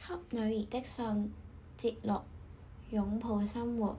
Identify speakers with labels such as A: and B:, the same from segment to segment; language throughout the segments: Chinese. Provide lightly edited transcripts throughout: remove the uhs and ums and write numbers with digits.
A: 給女兒的信節錄，擁抱生活。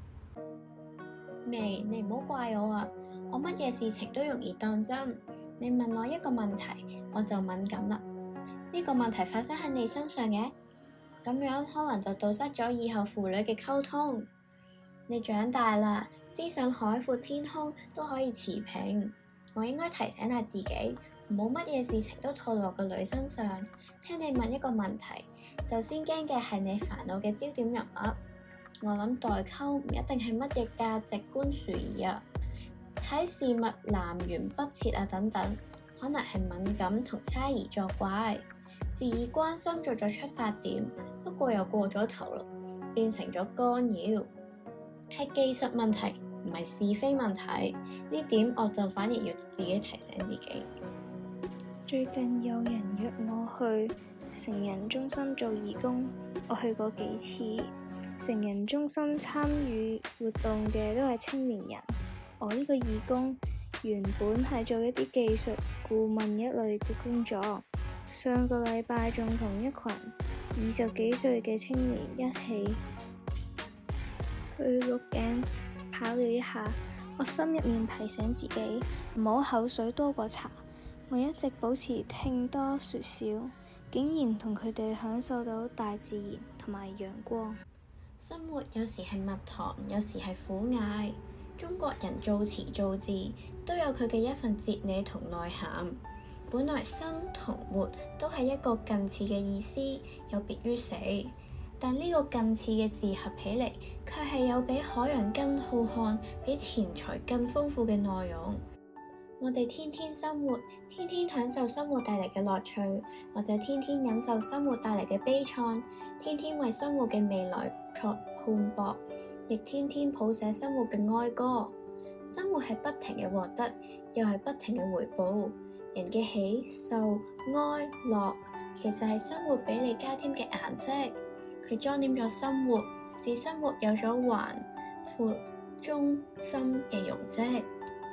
A: 微，你唔好怪我啊，我乜嘢事情都容易當真。你問我一個問題，我就敏感啦。呢個問題發生喺你身上嘅，咁樣可能就堵塞咗以後父女嘅溝通。你長大啦，思想海闊天空都可以持平。我應該提醒下自己，唔好乜嘢事情都套落個女身上。聽你問一個問題，就先驚嘅係你煩惱嘅焦點人物。我諗代溝唔一定係乜嘢價值觀殊異啊，睇事物南轅北轍啊等等，可能係敏感同猜疑作怪，自以關心做咗出發點，不過又過咗頭啦，變成咗干擾，係技術問題，唔係是非問題。呢點我就反而要自己提醒自己。
B: 最近有人約我去成人中心做義工，我去過幾次。成人中心參與活動嘅都係青年人，我呢個義工原本係做一啲技術顧問一類嘅工作。上個禮拜仲同一群20幾歲嘅青年一起去鹿頸跑了一下，我心入面提醒自己唔好口水多過茶。我一直保持聽多說少，竟然同佢哋享受到大自然同埋陽光。
A: 生活有時係蜜糖，有時係苦艾。中國人造詞造字都有佢嘅一份哲理同內涵。本來生同活都係一個近似嘅意思，有別於死。但呢個近似嘅字合起嚟，卻係有比海洋更浩瀚、比錢財更豐富嘅內容。我哋天天生活，天天享受生活帶嚟嘅樂趣，或者天天忍受生活帶嚟嘅悲愴，天天為生活嘅未來作拼搏，亦天天譜寫生活嘅哀歌。生活係不停嘅獲得，又係不停嘅回報。人嘅喜受哀樂，其實係生活俾你加添嘅顏色，佢裝點咗生活，使生活有咗環闊中深嘅容積。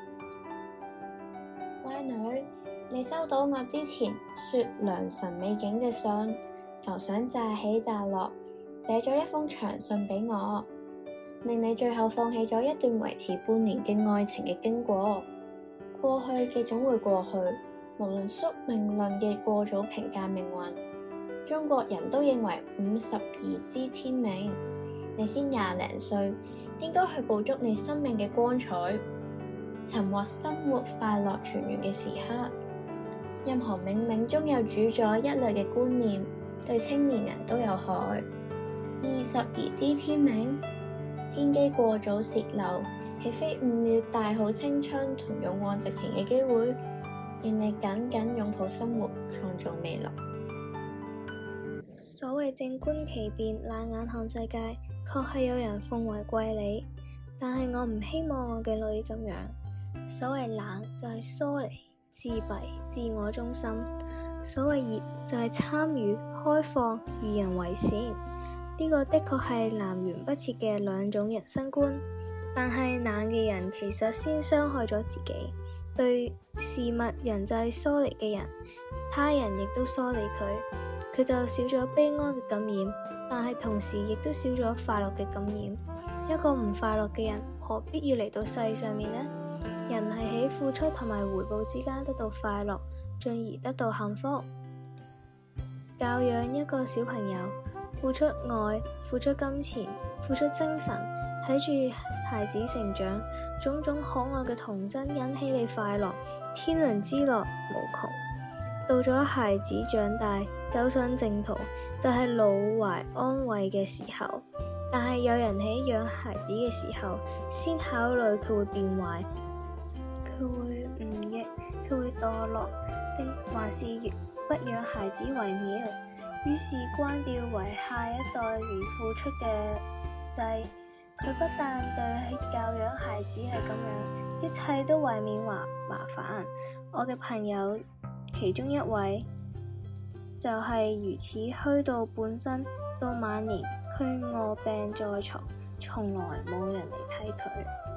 A: 乖女，你收到我之前說良辰美景嘅信，浮想乍起乍落，寫咗一封長信俾我，令你最後放棄咗一段維持半年嘅愛情嘅經過。過去嘅總會過去，無論宿命論嘅過早評價命運。中國人都認為52知天命，你先20零歲，應該去捕捉你生命嘅光彩，尋獲生活快樂全圓嘅時刻。任何冥冥中有主宰一類嘅觀念，對青年人都有害。22知天命，天機過早洩漏，豈非誤了大好青春同勇往直前嘅機會？願你緊緊擁抱生活，創造未來。
B: 所謂靜觀其變，冷眼看世界，確係有人奉為貴理，但係我唔希望我嘅女咁樣。所謂冷就係疏離、自閉、自我中心；所謂熱就係參與、開放、與人為善。呢個的確係南轅北轍嘅兩種人生觀，但係冷嘅人其實先傷害咗自己。對事物人際疏離嘅人，他人亦都疏離佢就少咗悲哀嘅感染，但係同時亦都少咗快樂嘅感染。一個唔快樂嘅人，何必要嚟到世上面呢？人係喺付出同埋回報之間得到快樂，進而得到幸福。教養一個小朋友，付出愛，付出金錢，付出精神，睇住孩子成長，種種可愛嘅童真引起你快樂，天倫之樂無窮。到咗孩子長大，走上正途，就係老懷安慰嘅時候。但係有人喺養孩子嘅時候，先考慮佢會變壞，佢會忤逆，佢會墮落，定還是不養孩子為妙？於是關掉為下一代而付出嘅祭。佢不但對教養孩子係咁樣，一切都為免麻煩。我嘅朋友其中一位就係如此虛度半生，到晚年佢臥病在床，從來冇人嚟睇佢。